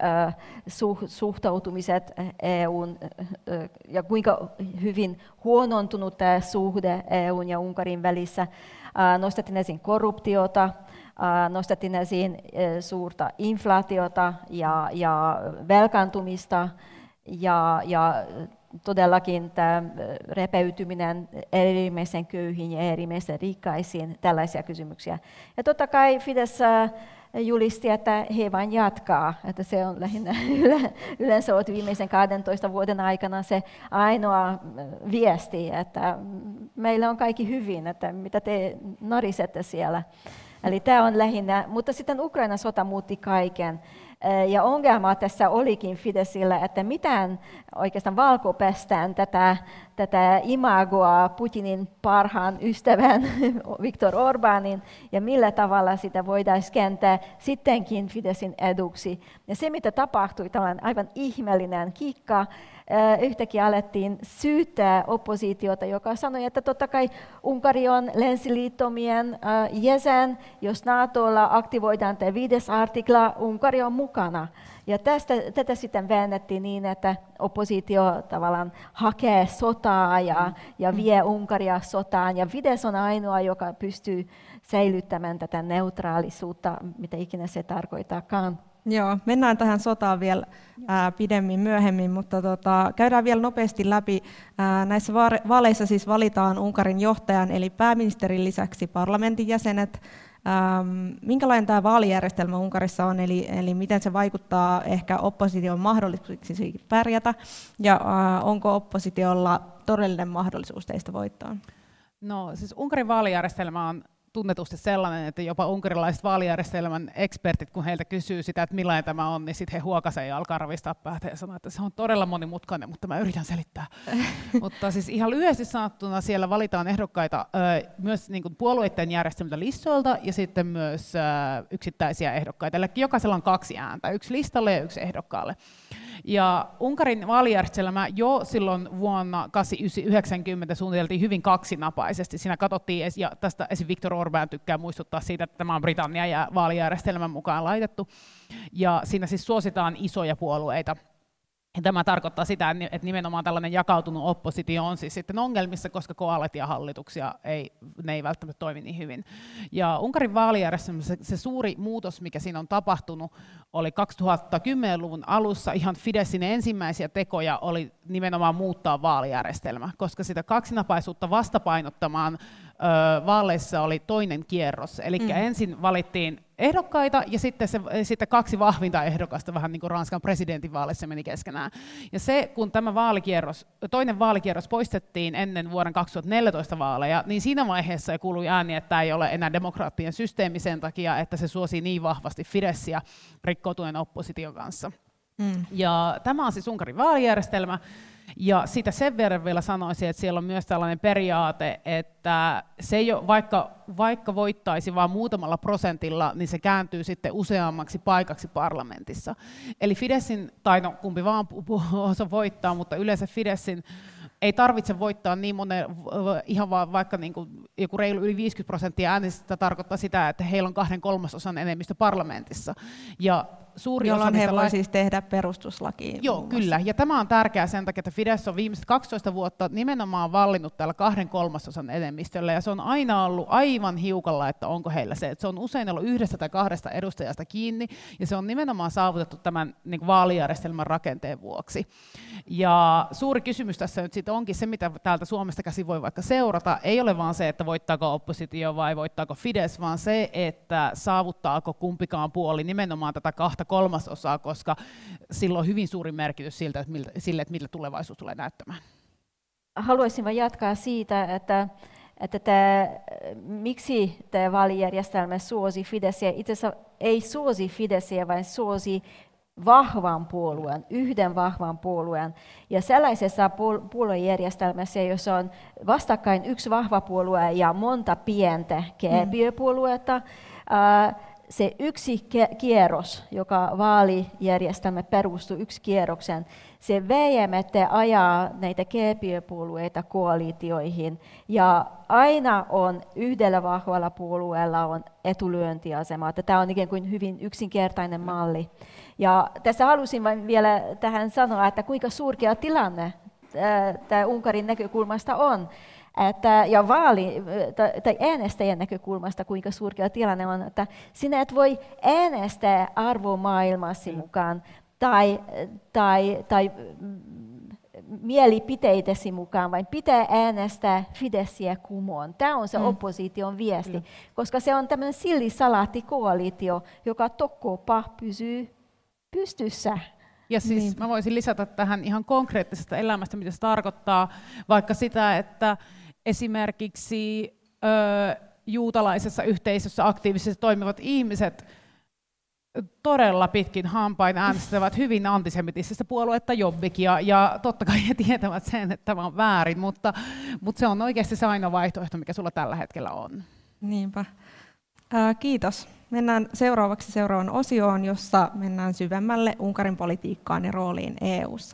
suhtautumiset EU:n ja kuinka hyvin huonontunut tämä suhde EU:n ja Unkarin välissä. Nostettiin esiin korruptiota, nostettiin esiin suurta inflaatiota ja velkaantumista. Ja todellakin tämä repeytyminen äärimmäisen köyhiin ja äärimmäisen rikkaisiin, tällaisia kysymyksiä. Ja totta kai Fidesz julisti, että he vain jatkaa, että se on lähinnä yleensä ollut viimeisen 12 vuoden aikana se ainoa viesti, että meillä on kaikki hyvin, että mitä te narisette siellä. Eli tämä on lähinnä, mutta sitten Ukrainan sota muutti kaiken. Ja ongelma tässä olikin Fideszillä, että mitään oikeastaan valkopestään tätä imagoa Putinin parhaan ystävän Viktor Orbánin ja millä tavalla sitä voitaisiin kääntää sittenkin Fideszin eduksi. Ja se, mitä tapahtui, tällainen aivan ihmeellinen kikka, yhtäkkiä alettiin syyttää oppositiota, joka sanoi, että totta kai Unkari on länsiliittomien jäsen, jos NATOlla aktivoidaan tämä 5. artikla, Unkari on mukana. Ja tätä sitten väännettiin niin, että oppositio tavallaan hakee sotaa ja vie Unkaria sotaan, ja Fidesz on ainoa, joka pystyy säilyttämään tätä neutraalisuutta, mitä ikinä se tarkoittaakaan. Joo, mennään tähän sotaan vielä pidemmin myöhemmin, mutta käydään vielä nopeasti läpi. Näissä vaaleissa siis valitaan Unkarin johtajan eli pääministerin lisäksi parlamentin jäsenet. Minkälainen tämä vaalijärjestelmä Unkarissa on, eli miten se vaikuttaa ehkä opposition mahdollisuuksiksi pärjätä, ja onko oppositiolla todellinen mahdollisuus teistä voittoon? No siis Unkarin vaalijärjestelmä on tunnetusti sellainen, että jopa unkarilaiset vaalijärjestelmän ekspertit, kun heiltä kysyy sitä, että millainen tämä on, niin sitten he huokaisee ja alkaa ravistaa päätä ja sanoo, että se on todella monimutkainen, mutta mä yritän selittää. Mutta siis ihan lyhyesti sanottuna siellä valitaan ehdokkaita myös niin kuin puolueiden järjestämiltä listoilta ja sitten myös yksittäisiä ehdokkaita. Eli jokaisella on 2 ääntä, 1 listalle ja 1 ehdokkaalle. Ja Unkarin vaalijärjestelmä jo silloin vuonna 1990 suunniteltiin hyvin kaksinapaisesti. Siinä katsottiin, ja tästä esim. Viktor Orbán tykkää muistuttaa siitä, että tämä on Britannian ja vaalijärjestelmän mukaan laitettu. Ja siinä siis suositaan isoja puolueita. Ja tämä tarkoittaa sitä, että nimenomaan tällainen jakautunut oppositio on siis sitten ongelmissa, koska koalitiohallituksia ne ei välttämättä toimi niin hyvin. Ja Unkarin vaalijärjestelmässä se suuri muutos, mikä siinä on tapahtunut, oli 2010-luvun alussa ihan Fideszin ensimmäisiä tekoja oli nimenomaan muuttaa vaalijärjestelmä, koska sitä kaksinapaisuutta vastapainottamaan vaaleissa oli toinen kierros. Eli ensin valittiin ehdokkaita, ja sitten 2 vahvinta ehdokasta, vähän niin kuin Ranskan presidentinvaaleissa meni keskenään. Ja se, kun tämä toinen vaalikierros poistettiin ennen vuoden 2014 vaaleja, niin siinä vaiheessa ei kuului ääni, että tämä ei ole enää demokraattinen systeemi sen takia, että se suosii niin vahvasti Fideszia rikkoutuneen opposition kanssa. Ja tämä on siis Unkarin vaalijärjestelmä, ja sitä sen verran vielä sanoisin, että siellä on myös tällainen periaate, että se ei ole, vaikka voittaisi vain muutamalla prosentilla, niin se kääntyy sitten useammaksi paikaksi parlamentissa. Eli Fideszin, tai no kumpi vaan osa voittaa, mutta yleensä Fideszin ei tarvitse voittaa niin monen, ihan vaan vaikka niin kuin joku reilu yli 50% äänestä tarkoittaa sitä, että heillä on 2/3 enemmistö parlamentissa. Ja jolloin he voi siis tehdä perustuslakiin. Joo, kyllä. Ja tämä on tärkeää sen takia, että Fidesz on viimeiset 12 vuotta nimenomaan vallinnut täällä 2/3 enemmistöllä, ja se on aina ollut aivan hiukalla, että onko heillä se. Että se on usein ollut 1 tai 2 edustajasta kiinni, ja se on nimenomaan saavutettu tämän niin kuin vaalijärjestelmän rakenteen vuoksi. Ja suuri kysymys tässä nyt sitten onkin se, mitä täältä Suomesta käsin voi vaikka seurata, ei ole vaan se, että voittaako oppositio vai voittaako Fidesz, vaan se, että saavuttaako kumpikaan puoli nimenomaan tätä 2/3, koska sillä on hyvin suuri merkitys sille, että miltä tulevaisuus tulee näyttämään. Haluaisin vain jatkaa siitä, että miksi tämä vaalijärjestelmä suosi Fideszia. Itse asiassa ei suosi Fideszia, vaan suosi vahvan puolueen, yhden vahvan puolueen. Ja sellaisessa puoluejärjestelmässä, jossa on vastakkain yksi vahva puolue ja monta pientä kääpiöpuoluetta, se yksi kierros, joka vaalijärjestelmä perustuu yksi kierroksen, se väijämättä ajaa näitä kääpiöpuolueita koalitioihin. Ja aina on yhdellä vahvalla puolueella on etulyöntiasema. Tämä on ikään kuin hyvin yksinkertainen malli. Ja tässä halusin vain vielä tähän sanoa, että kuinka surkea tilanne tämä Unkarin näkökulmasta on. Ja äänestäjän näkökulmasta kuinka surkea tilanne on, että sinä et voi äänestää arvomaailmasi mukaan tai mielipiteitesi mukaan, vaan pitää äänestää Fideszia kumoon. Tämä on se opposition viesti, koska se on tämmöinen sillisalaatti-koalitio, joka tokkopa pysyy pystyssä. Ja siis mä voisin lisätä tähän ihan konkreettisesta elämästä, mitä se tarkoittaa, vaikka sitä, että esimerkiksi juutalaisessa yhteisössä aktiivisesti toimivat ihmiset todella pitkin hampain äänestävät hyvin antisemitisistä puoluetta Jobbikia, ja totta kai he tietävät sen, että tämä on väärin, mutta se on oikeasti se ainoa vaihtoehto, mikä sulla tällä hetkellä on. Niinpä. Kiitos. Mennään seuraavaksi seuraavan osioon, jossa mennään syvemmälle Unkarin politiikkaan ja rooliin EU:ssa.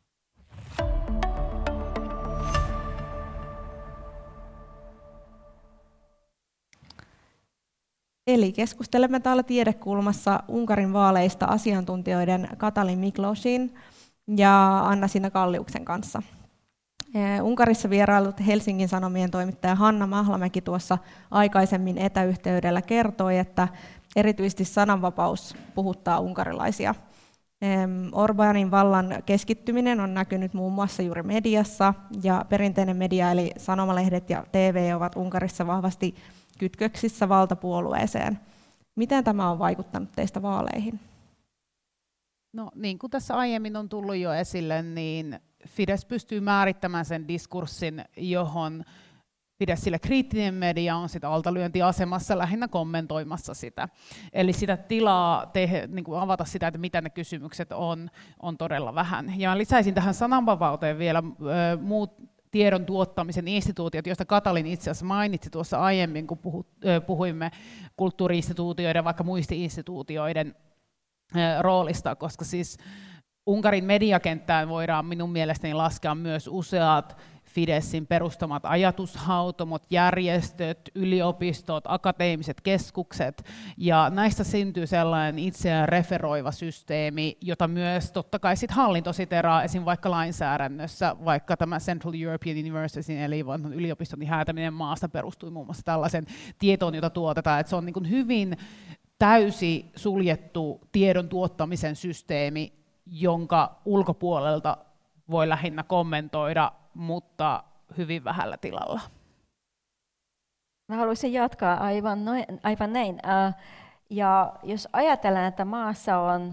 Eli keskustelemme täällä Tiedekulmassa Unkarin vaaleista asiantuntijoiden Katalin Miklosin ja Anna-Siina Kalliuksen kanssa. Unkarissa vierailut Helsingin Sanomien toimittaja Hanna Mahlamäki tuossa aikaisemmin etäyhteydellä kertoi, että erityisesti sananvapaus puhuttaa unkarilaisia. Orbánin vallan keskittyminen on näkynyt muun muassa juuri mediassa, ja perinteinen media eli sanomalehdet ja TV ovat Unkarissa vahvasti kytköksissä valtapuolueeseen. Miten tämä on vaikuttanut teistä vaaleihin? No niin kuin tässä aiemmin on tullut jo esille, niin Fidesz pystyy määrittämään sen diskurssin, johon Fideszille kriittinen media on sit altalyöntiasemassa lähinnä kommentoimassa sitä. Eli sitä tilaa niin kuin avata sitä, että mitä ne kysymykset on todella vähän. Ja lisäisin tähän sananvapauteen vielä muut tiedon tuottamisen instituutiot, joista Katalin itse asiassa mainitsi tuossa aiemmin, kun puhuimme kulttuuri-instituutioiden, vaikka muisti-instituutioiden roolista, koska siis Unkarin mediakenttään voidaan minun mielestäni laskea myös useat Fideszin perustamat ajatushautomot, järjestöt, yliopistot, akateemiset keskukset, ja näistä syntyy sellainen itseään referoiva systeemi, jota myös totta kai sit hallinto siteraa esim. Vaikka lainsäädännössä, vaikka tämä Central European University, eli yliopiston häätäminen maasta perustui muun muassa tällaisen tietoon, jota tuotetaan, että se on niin kuin hyvin täysi suljettu tiedon tuottamisen systeemi, jonka ulkopuolelta voi lähinnä kommentoida, mutta hyvin vähällä tilalla. Mä haluaisin jatkaa aivan näin. Ja jos ajatellaan, että maassa on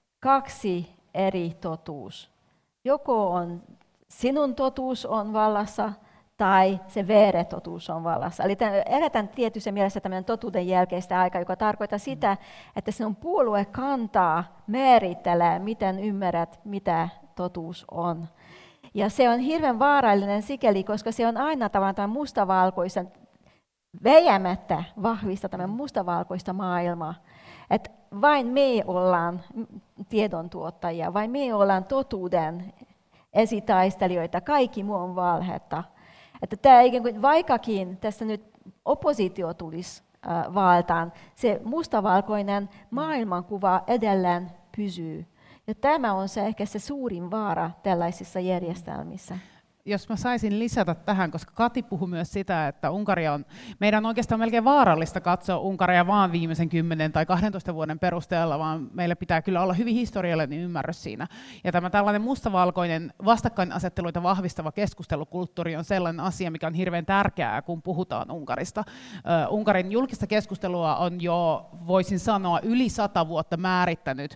2 eri totuus, joko on sinun totuus on vallassa tai se totuus on vallassa. Eli eletään tietyssä mielessä tämmöinen totuuden jälkeistä aikaa, joka tarkoittaa sitä, että sinun puolue kantaa määrittelee, miten ymmärrät, mitä totuus on. Ja se on hirveän vaarallinen sikäli, koska se on aina tavallaan tämän mustavalkoisen, väjämättä vahvista tämän mustavalkoista maailmaa. Että vain me ollaan tiedontuottajia, vain me ollaan totuuden esitaistelijoita, kaikki muu on valhetta. Että tämä ikään kuin, vaikkakin tässä nyt oppositio tulisi valtaan, se mustavalkoinen maailmankuva edelleen pysyy. Ja tämä on se ehkä se suurin vaara tällaisissa järjestelmissä. Jos mä saisin lisätä tähän, koska Kati puhui myös sitä, että meidän on oikeastaan melkein vaarallista katsoa Unkaria vaan viimeisen 10 tai 12 vuoden perusteella, vaan meillä pitää kyllä olla hyvin historiallinen ymmärrys siinä. Ja tämä tällainen mustavalkoinen vastakkainasetteluita vahvistava keskustelukulttuuri on sellainen asia, mikä on hirveän tärkeää, kun puhutaan Unkarista. Unkarin julkista keskustelua on jo, voisin sanoa, yli 100 vuotta määrittänyt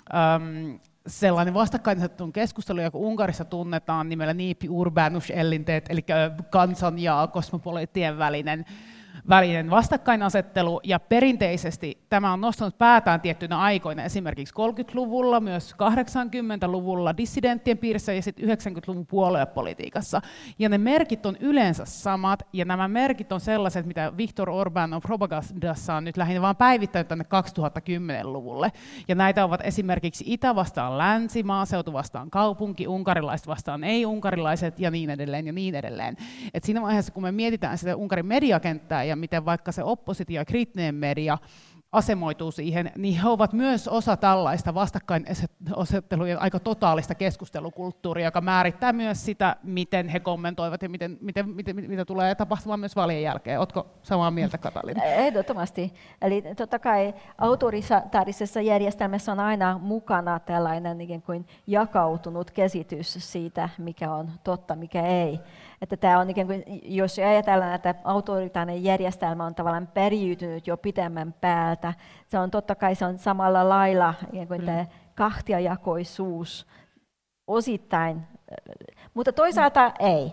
sellainen vastakkainasettelun keskustelu, joka Unkarissa tunnetaan nimellä Népi Urbánus ellinteet, eli kansan ja kosmopoliittien välinen vastakkainasettelu, ja perinteisesti tämä on nostanut päätään tiettynä aikoina, esimerkiksi 30-luvulla, myös 80-luvulla dissidenttien piirissä ja sitten 90-luvun puoluepolitiikassa. Ja ne merkit on yleensä samat, ja nämä merkit on sellaiset, mitä Viktor Orbán on propagandassaan nyt lähinnä vaan päivittänyt tänne 2010-luvulle. Ja näitä ovat esimerkiksi itä vastaan länsi, maaseutu vastaan kaupunki, unkarilaiset vastaan ei-unkarilaiset ja niin edelleen ja niin edelleen. Et siinä vaiheessa, kun me mietitään sitä Unkarin mediakenttää, ja miten vaikka se oppositio ja kriittinen media asemoituu siihen, niin he ovat myös osa tällaista vastakkainasettelujen aika totaalista keskustelukulttuuria, joka määrittää myös sitä, miten he kommentoivat ja mitä tulee tapahtumaan myös vaalien jälkeen. Oletko samaa mieltä, Katalin? Ehdottomasti. Eli totta kai autoritaarisessa järjestelmässä on aina mukana tällainen ikään kuin jakautunut käsitys siitä, mikä on totta, mikä ei. Että tämä on ikään kuin, jos ajatellaan, että autoritaarinen järjestelmä on tavallaan periytynyt jo pitemmän päältä, se on totta kai se on samalla lailla ikään kuin tämä kahtiajakoisuus osittain, mutta toisaalta ei.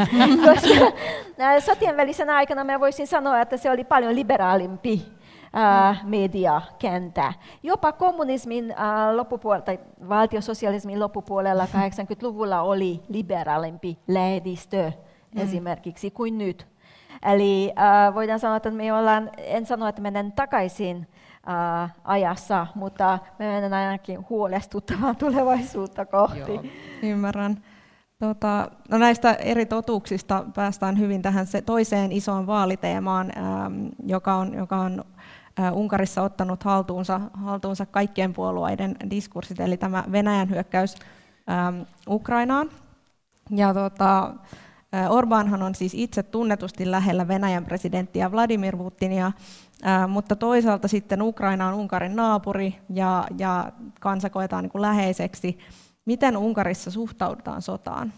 Koska sotien välisenä aikana mä voisin sanoa, että se oli paljon liberaalimpi mediakenttä. Jopa kommunismin loppupuolella tai valtiososialismin loppupuolella 80-luvulla oli liberaalimpi lehdistö esimerkiksi kuin nyt. Eli voidaan sanoa, että me ollaan, en sano, että menen takaisin ajassa, mutta me menen ainakin huolestuttavaa tulevaisuutta kohti. Joo. Ymmärrän. No näistä eri totuuksista päästään hyvin tähän toiseen isoon vaaliteemaan, joka on Unkarissa ottanut haltuunsa kaikkien puolueiden diskurssit, eli tämä Venäjän hyökkäys Ukrainaan. Ja Orbánhan on siis itse tunnetusti lähellä Venäjän presidenttiä Vladimir Putinia, mutta toisaalta sitten Ukraina on Unkarin naapuri ja kansa koetaan niin kuin läheiseksi. Miten Unkarissa suhtaudutaan sotaan?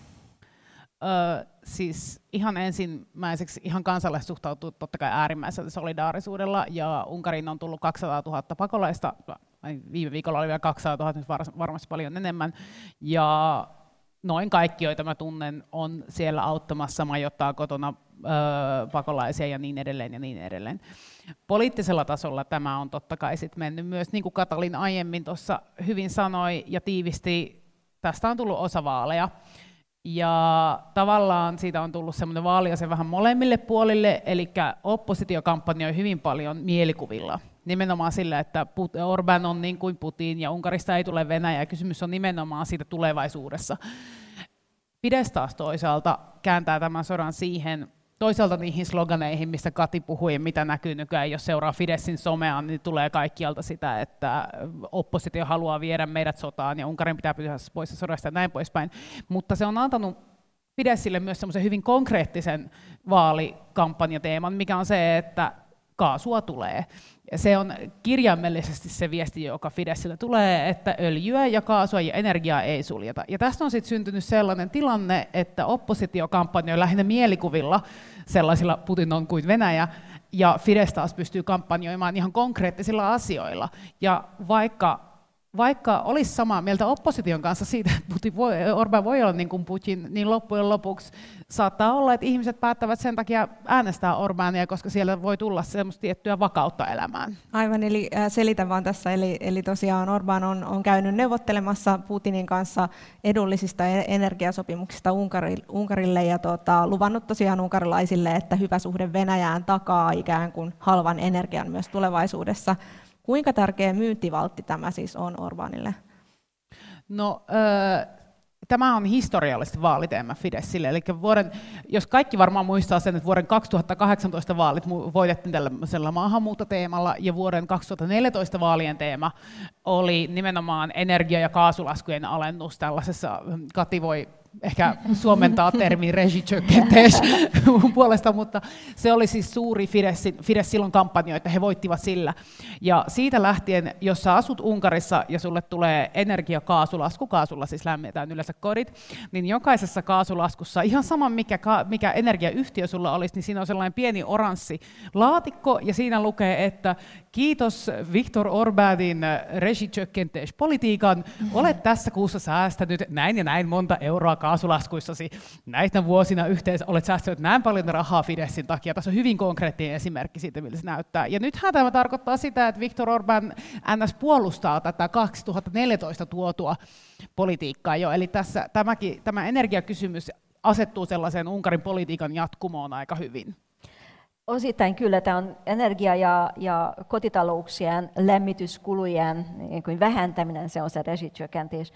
Siis ihan ensimmäiseksi ihan kansalaiset suhtautuu totta kai äärimmäisellä solidaarisuudella, ja Unkariin on tullut 200 000 pakolaista, viime viikolla oli vielä 200 000, nyt varmasti paljon enemmän, ja noin kaikki, joita mä tunnen, on siellä auttamassa, majoittaa kotona pakolaisia ja niin edelleen ja niin edelleen. Poliittisella tasolla tämä on totta kai sit mennyt myös, niin kuin Katalin aiemmin tuossa hyvin sanoi ja tiivisti, tästä on tullut osa vaaleja. Ja tavallaan siitä on tullut semmoinen vaaliase vähän molemmille puolille, eli oppositio kampanjoi hyvin paljon mielikuvilla. Nimenomaan sillä, että Orbán on niin kuin Putin ja Unkarista ei tule Venäjä, ja kysymys on nimenomaan siitä tulevaisuudessa. Fidesz taas toisaalta kääntää tämän sodan siihen, toisaalta niihin sloganeihin, mistä Kati puhui ja mitä näkyy nykyään, jos seuraa Fideszin somea, niin tulee kaikkialta sitä, että oppositio haluaa viedä meidät sotaan ja Unkarin pitää pysyä pois sodasta ja näin poispäin. Mutta se on antanut Fideszille myös semmoisen hyvin konkreettisen vaalikampanjateeman, mikä on se, että kaasua tulee. Ja se on kirjaimellisesti se viesti, joka Fideszille tulee, että öljyä ja kaasua ja energiaa ei suljeta. Ja tästä on sitten syntynyt sellainen tilanne, että oppositio kampanjoi lähinnä mielikuvilla sellaisilla Putin on kuin Venäjä, ja Fidesz taas pystyy kampanjoimaan ihan konkreettisilla asioilla. Ja vaikka olisi samaa mieltä opposition kanssa siitä, että Orbán voi olla niin kuin Putin, niin loppujen lopuksi saattaa olla, että ihmiset päättävät sen takia äänestää Orbánia, koska siellä voi tulla semmoista tiettyä vakautta elämään. Aivan, eli selitän vaan tässä, eli tosiaan Orbán on käynyt neuvottelemassa Putinin kanssa edullisista energiasopimuksista Unkarille ja luvannut tosiaan unkarilaisille, että hyvä suhde Venäjään takaa ikään kuin halvan energian myös tulevaisuudessa. Kuinka tärkeä myyntivaltti tämä siis on Orbánille? No, tämä on historiallisesti vaaliteema Fideszille. Eli jos kaikki varmaan muistaa sen, että vuoden 2018 vaalit voitettiin tällaisella maahanmuuttoteemalla, ja vuoden 2014 vaalien teema oli nimenomaan energia- ja kaasulaskujen alennus tällaisessa, Kati voi ehkä suomentaa termiin regityökentees puolesta, mutta se oli siis suuri Fidesz silloin kampanja, että he voittivat sillä. Ja siitä lähtien, jos sä asut Unkarissa ja sulle tulee energia-kaasulasku, kaasulla siis lämmitään yleensä kodit, niin jokaisessa kaasulaskussa, ihan sama mikä energiayhtiö sulla olisi, niin siinä on sellainen pieni oranssi laatikko, ja siinä lukee, että kiitos Viktor Orbánin regityökentees-politiikan, olet tässä kuussa säästänyt näin ja näin monta euroa kaasulaskuissasi. Näitä vuosina yhteensä olet säästänyt näin paljon rahaa Fideszin takia. Tässä on hyvin konkreettinen esimerkki siitä, miltä se näyttää. Ja nythän tämä tarkoittaa sitä, että Viktor Orbán NS puolustaa tätä 2014 tuotua politiikkaa jo. Eli tämä energiakysymys asettuu sellaiseen Unkarin politiikan jatkumoon aika hyvin. Osittain kyllä tämä on energia- ja kotitalouksien lämmityskulujen niin kuin vähentäminen, se on se regityökenteys.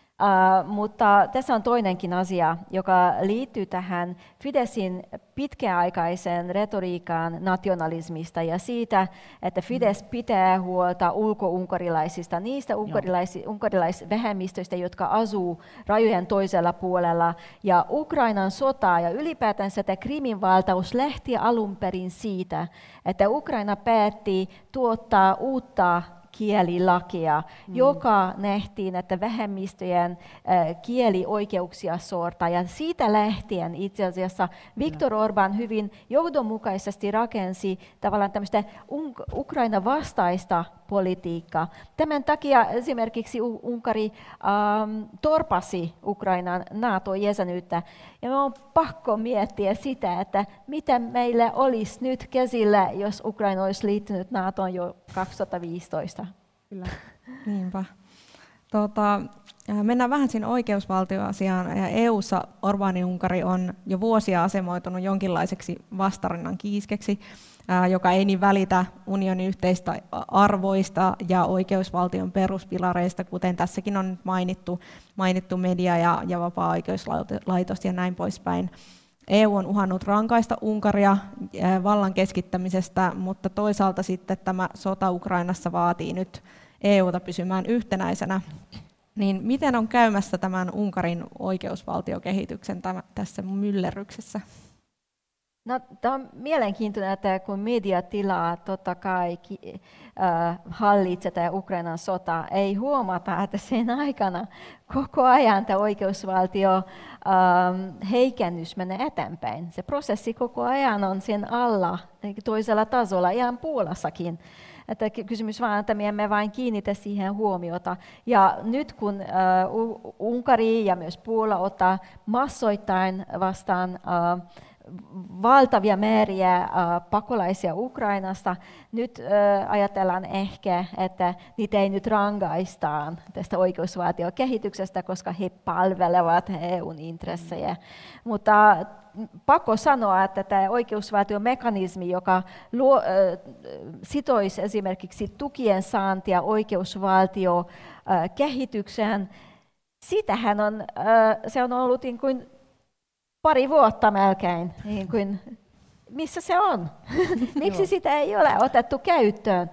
Mutta tässä on toinenkin asia, joka liittyy tähän Fideszin pitkäaikaiseen retoriikkaan nationalismista ja siitä, että Fidesz pitää huolta ulko-unkarilaisista, niistä unkarilaisvähemmistöistä, jotka asuu rajojen toisella puolella. Ja Ukrainan sota ja ylipäätänsä tämä Krimin valtaus lähti alun perin siitä, että Ukraina päätti tuottaa uutta kielilakia, joka nähtiin, että vähemmistöjen kielioikeuksia sortaa. Ja siitä lähtien itse asiassa Viktor Orbán hyvin johdonmukaisesti rakensi tavallaan tämmöistä Ukraina-vastaista politiikkaa. Tämän takia esimerkiksi Unkari torpasi Ukrainan NATO-jäsenyyttä. Ja me on pakko miettiä sitä, että mitä meillä olisi nyt käsillä, jos Ukraina olisi liittynyt NATOon jo 2015. Kyllä. Niinpä. Mennään vähän siinä oikeusvaltioasiaan. EU:ssa Orbánin Unkari on jo vuosia asemoitunut jonkinlaiseksi vastarinnan kiiskeksi, joka ei niin välitä unionin yhteistä arvoista ja oikeusvaltion peruspilareista, kuten tässäkin on mainittu media ja vapaa-oikeuslaitos ja näin poispäin. EU on uhannut rankaista Unkaria vallan keskittämisestä, mutta toisaalta sitten tämä sota Ukrainassa vaatii nyt EUta pysymään yhtenäisenä. Niin miten on käymässä tämän Unkarin oikeusvaltiokehityksen tässä myllerryksessä? No, tämä on mielenkiintoinen, että kun media tilaa totta kai hallitsee tämä Ukrainan sota, ei huomata, että sen aikana koko ajan tämä oikeusvaltio heikennys menee eteenpäin. Se prosessi koko ajan on sen alla toisella tasolla, ihan Puolassakin. Että kysymys vaan, että me emme vain kiinnitä siihen huomiota. Ja nyt kun Unkari ja myös Puola ottaa massoittain vastaan valtavia määriä pakolaisia Ukrainasta. Nyt ajatellaan ehkä, että niitä ei nyt rangaistaan tästä oikeusvaltiokehityksestä, koska he palvelevat EUn intressejä. Mutta pakko sanoa, että tämä oikeusvaltiomekanismi, joka sitoisi esimerkiksi tukien saantia oikeusvaltiokehitykseen, sitähän se on ollut niin kuin pari vuotta melkein, niin kuin, missä se on? Miksi sitä ei ole otettu käyttöön?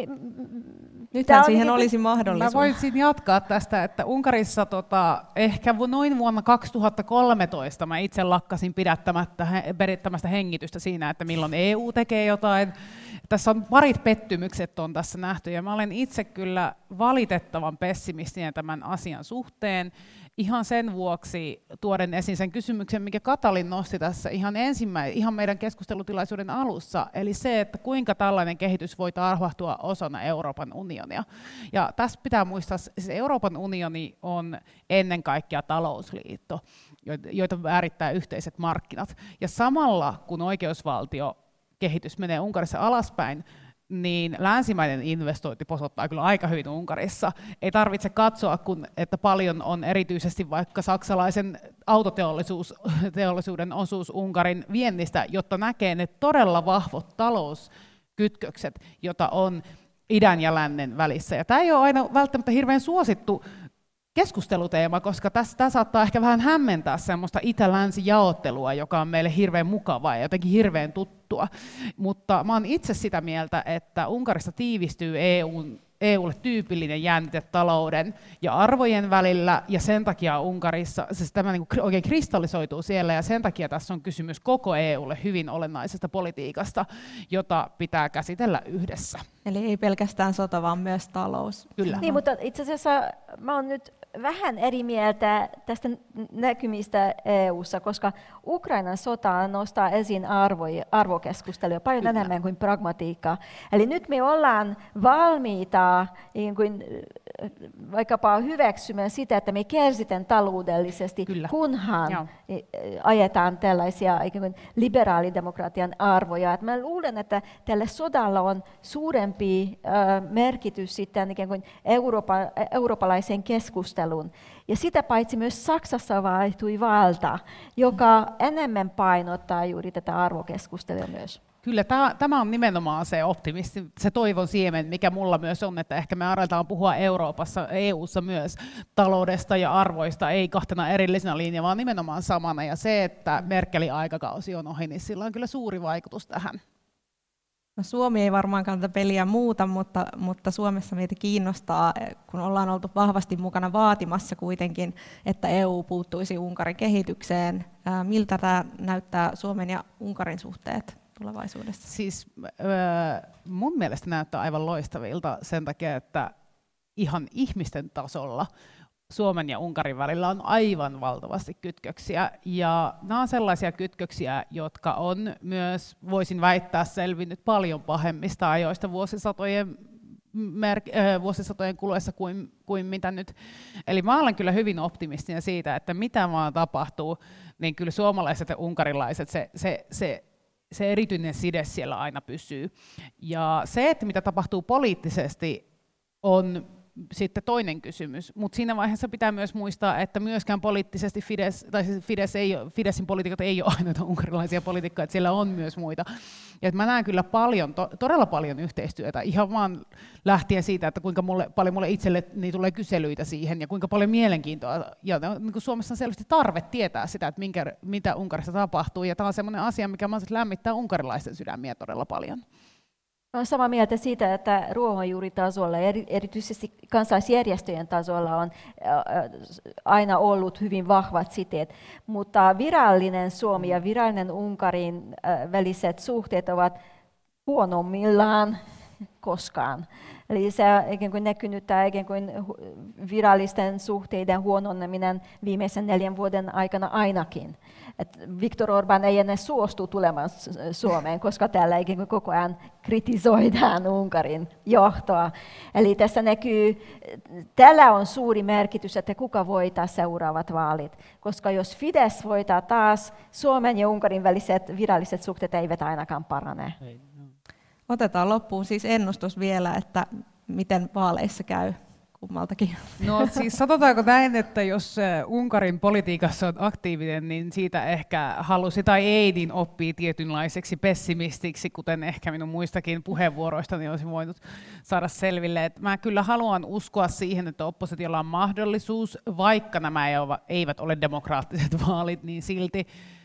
Nythän siihen olisi mahdollisuus. Mä voisin jatkaa tästä, että Unkarissa ehkä noin vuonna 2013 mä itse lakkasin pidättämästä hengitystä siinä, että milloin EU tekee jotain. tässä on parit pettymykset on tässä nähty, ja mä olen itse kyllä valitettavan pessimistinen tämän asian suhteen, ihan sen vuoksi tuoden esiin sen kysymyksen, mikä Katalin nosti tässä ihan meidän keskustelutilaisuuden alussa, eli se, että kuinka tällainen kehitys voi tapahtua osana Euroopan unionia. Ja tässä pitää muistaa, että Euroopan unioni on ennen kaikkea talousliitto, joita määrittää yhteiset markkinat. Ja samalla kun oikeusvaltiokehitys menee Unkarissa alaspäin, niin länsimäinen investointi posottaa kyllä aika hyvin Unkarissa. Ei tarvitse katsoa, että paljon on erityisesti vaikka saksalaisen autoteollisuuden osuus Unkarin viennistä, jotta näkee ne todella vahvat talouskytkökset, joita on idän ja lännen välissä. Ja tämä ei ole aina välttämättä hirveän suosittu keskusteluteema, koska tämä saattaa ehkä vähän hämmentää semmoista itä-länsi-jaottelua, joka on meille hirveän mukavaa ja jotenkin hirveän tuttua. Mutta mä oon itse sitä mieltä, että Unkarissa tiivistyy EUlle tyypillinen jännite talouden ja arvojen välillä, ja sen takia Unkarissa, siis tämä niin kuin oikein kristallisoituu siellä, ja sen takia tässä on kysymys koko EUlle hyvin olennaisesta politiikasta, jota pitää käsitellä yhdessä. Eli ei pelkästään sota, vaan myös talous. Kyllä. Niin, mutta itse asiassa mä oon nyt vähän eri mieltä tästä näkymistä EU:ssa, koska Ukrainan sota nostaa esiin arvokeskustelua paljon enemmän kuin pragmatiikkaa. Eli nyt me ollaan valmiita niin kuin, vaikkapa hyväksymään sitä, että me kärsitään taloudellisesti, kunhan ajetaan tällaisia niin liberaalidemokratian arvoja. Et mä luulen, että tällä sodalla on suurempi merkitys sitten ikään kuin eurooppalaisen keskustelun. Ja sitä paitsi myös Saksassa vaihtui valta, joka enemmän painottaa juuri tätä arvokeskustelua myös. Kyllä, tämä on nimenomaan se optimisti, se toivon siemen, mikä mulla myös on, että ehkä me aletaan puhua Euroopassa, EU:ssa myös taloudesta ja arvoista, ei kahtena erillisenä linjana, vaan nimenomaan samana. Ja se, että Merkelin aikakausi on ohi, niin sillä on kyllä suuri vaikutus tähän. No, Suomi ei varmaan kannata peliä muuta, mutta Suomessa meitä kiinnostaa, kun ollaan oltu vahvasti mukana vaatimassa kuitenkin, että EU puuttuisi Unkarin kehitykseen. Miltä tämä näyttää Suomen ja Unkarin suhteet tulevaisuudessa? Siis mun mielestä näyttää aivan loistavilta sen takia, että ihan ihmisten tasolla Suomen ja Unkarin välillä on aivan valtavasti kytköksiä, ja nämä on sellaisia kytköksiä, jotka on myös, voisin väittää, selvinnyt paljon pahemmista ajoista vuosisatojen kuluessa kuin mitä nyt. Eli mä olen kyllä hyvin optimistinen siitä, että mitä vaan tapahtuu, niin kyllä suomalaiset ja unkarilaiset, se erityinen side siellä aina pysyy. Ja se, että mitä tapahtuu poliittisesti, on sitten toinen kysymys, mutta siinä vaiheessa pitää myös muistaa, että myöskään poliittisesti Fidesin poliitikot ei ole ainoita unkarilaisia poliitikkoja, että siellä on myös muita. Ja mä näen kyllä todella paljon yhteistyötä, ihan vaan lähtien siitä, että kuinka paljon mulle itselle niin tulee kyselyitä siihen ja kuinka paljon mielenkiintoa. Ja niin kuin Suomessa on selvästi tarve tietää sitä, että mitä Unkarissa tapahtuu, ja tämä on sellainen asia, mikä lämmittää unkarilaisten sydämiä todella paljon. Olen samaa mieltä siitä, että ruohonjuuritasolla ja erityisesti kansalaisjärjestöjen tasolla on aina ollut hyvin vahvat siteet, mutta virallinen Suomi ja virallinen Unkarin väliset suhteet ovat huonommillaan koskaan. Eli se ikään kuin näkynyt tämä ikään kuin virallisten suhteiden huononeminen viimeisen 4 vuoden aikana ainakin. Et Viktor Orbán ei enää suostu tulemaan Suomeen, koska täällä ikään kuin koko ajan kritisoidaan Unkarin johtoa. Eli tässä näkyy, tällä on suuri merkitys, että kuka voittaa seuraavat vaalit. Koska jos Fidesz voittaa taas, Suomen ja Unkarin väliset viralliset suhteet eivät ainakaan parane. Otetaan loppuun siis ennustus vielä, että miten vaaleissa käy kummaltakin. No siis sanotaanko näin, että jos Unkarin politiikassa on aktiivinen, niin siitä ehkä halusi tai ei, niin oppii tietynlaiseksi pessimistiksi, kuten ehkä minun muistakin puheenvuoroistani olisin voinut saada selville. Että mä kyllä haluan uskoa siihen, että oppositiolla on mahdollisuus, vaikka nämä eivät ole demokraattiset vaalit, niin silti.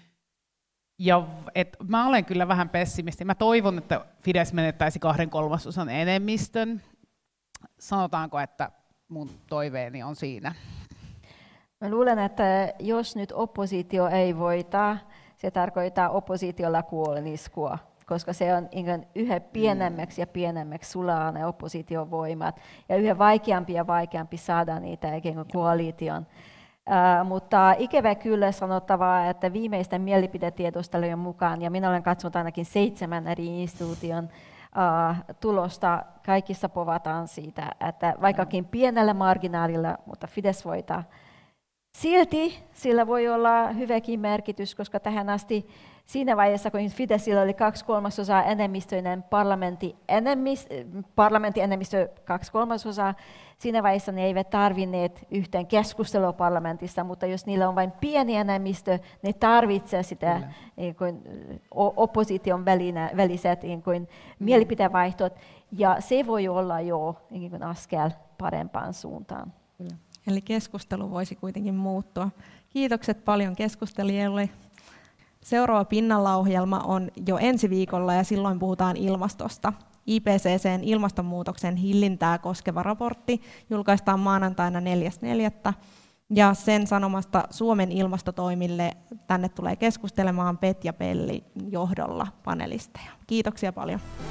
Ja mä olen kyllä vähän pessimisti. Mä toivon, että Fidesz menettäisi 2/3 enemmistön. Sanotaanko, että mun toiveeni on siinä? Mä luulen, että jos nyt oppositio ei voita, se tarkoittaa oppositiolla kuoliniskua. koska se on yhä pienemmäksi ja pienemmäksi sulaa ne oppositiovoimat ja yhä vaikeampi ja vaikeampi saada niitä koalition. Mutta ikävä kyllä sanottavaa, että viimeisten mielipidetiedustelujen mukaan, ja minä olen katsonut ainakin 7 eri instituution tulosta, kaikissa povataan siitä, että vaikkakin pienellä marginaalilla, mutta Fidesz voittaa. Silti sillä voi olla hyväkin merkitys, koska tähän asti siinä vaiheessa, kun Fideszillä oli 2/3 enemmistöinen parlamentin enemmistö 2/3, siinä vaiheessa ne eivät tarvinneet yhteen keskustelua parlamentissa, mutta jos niillä on vain pieni enemmistö, ne tarvitsevat sitä opposition väliset mielipidevaihtot, ja se voi olla jo askel parempaan suuntaan. Eli keskustelu voisi kuitenkin muuttua. Kiitokset paljon keskustelijoille. Seuraava Pinnalla-ohjelma on jo ensi viikolla ja silloin puhutaan ilmastosta. IPCC:n ilmastonmuutoksen hillintää koskeva raportti julkaistaan maanantaina 4.4. Ja sen sanomasta Suomen ilmastotoimille tänne tulee keskustelemaan Petja Pelli johdolla panelisteja. Kiitoksia paljon.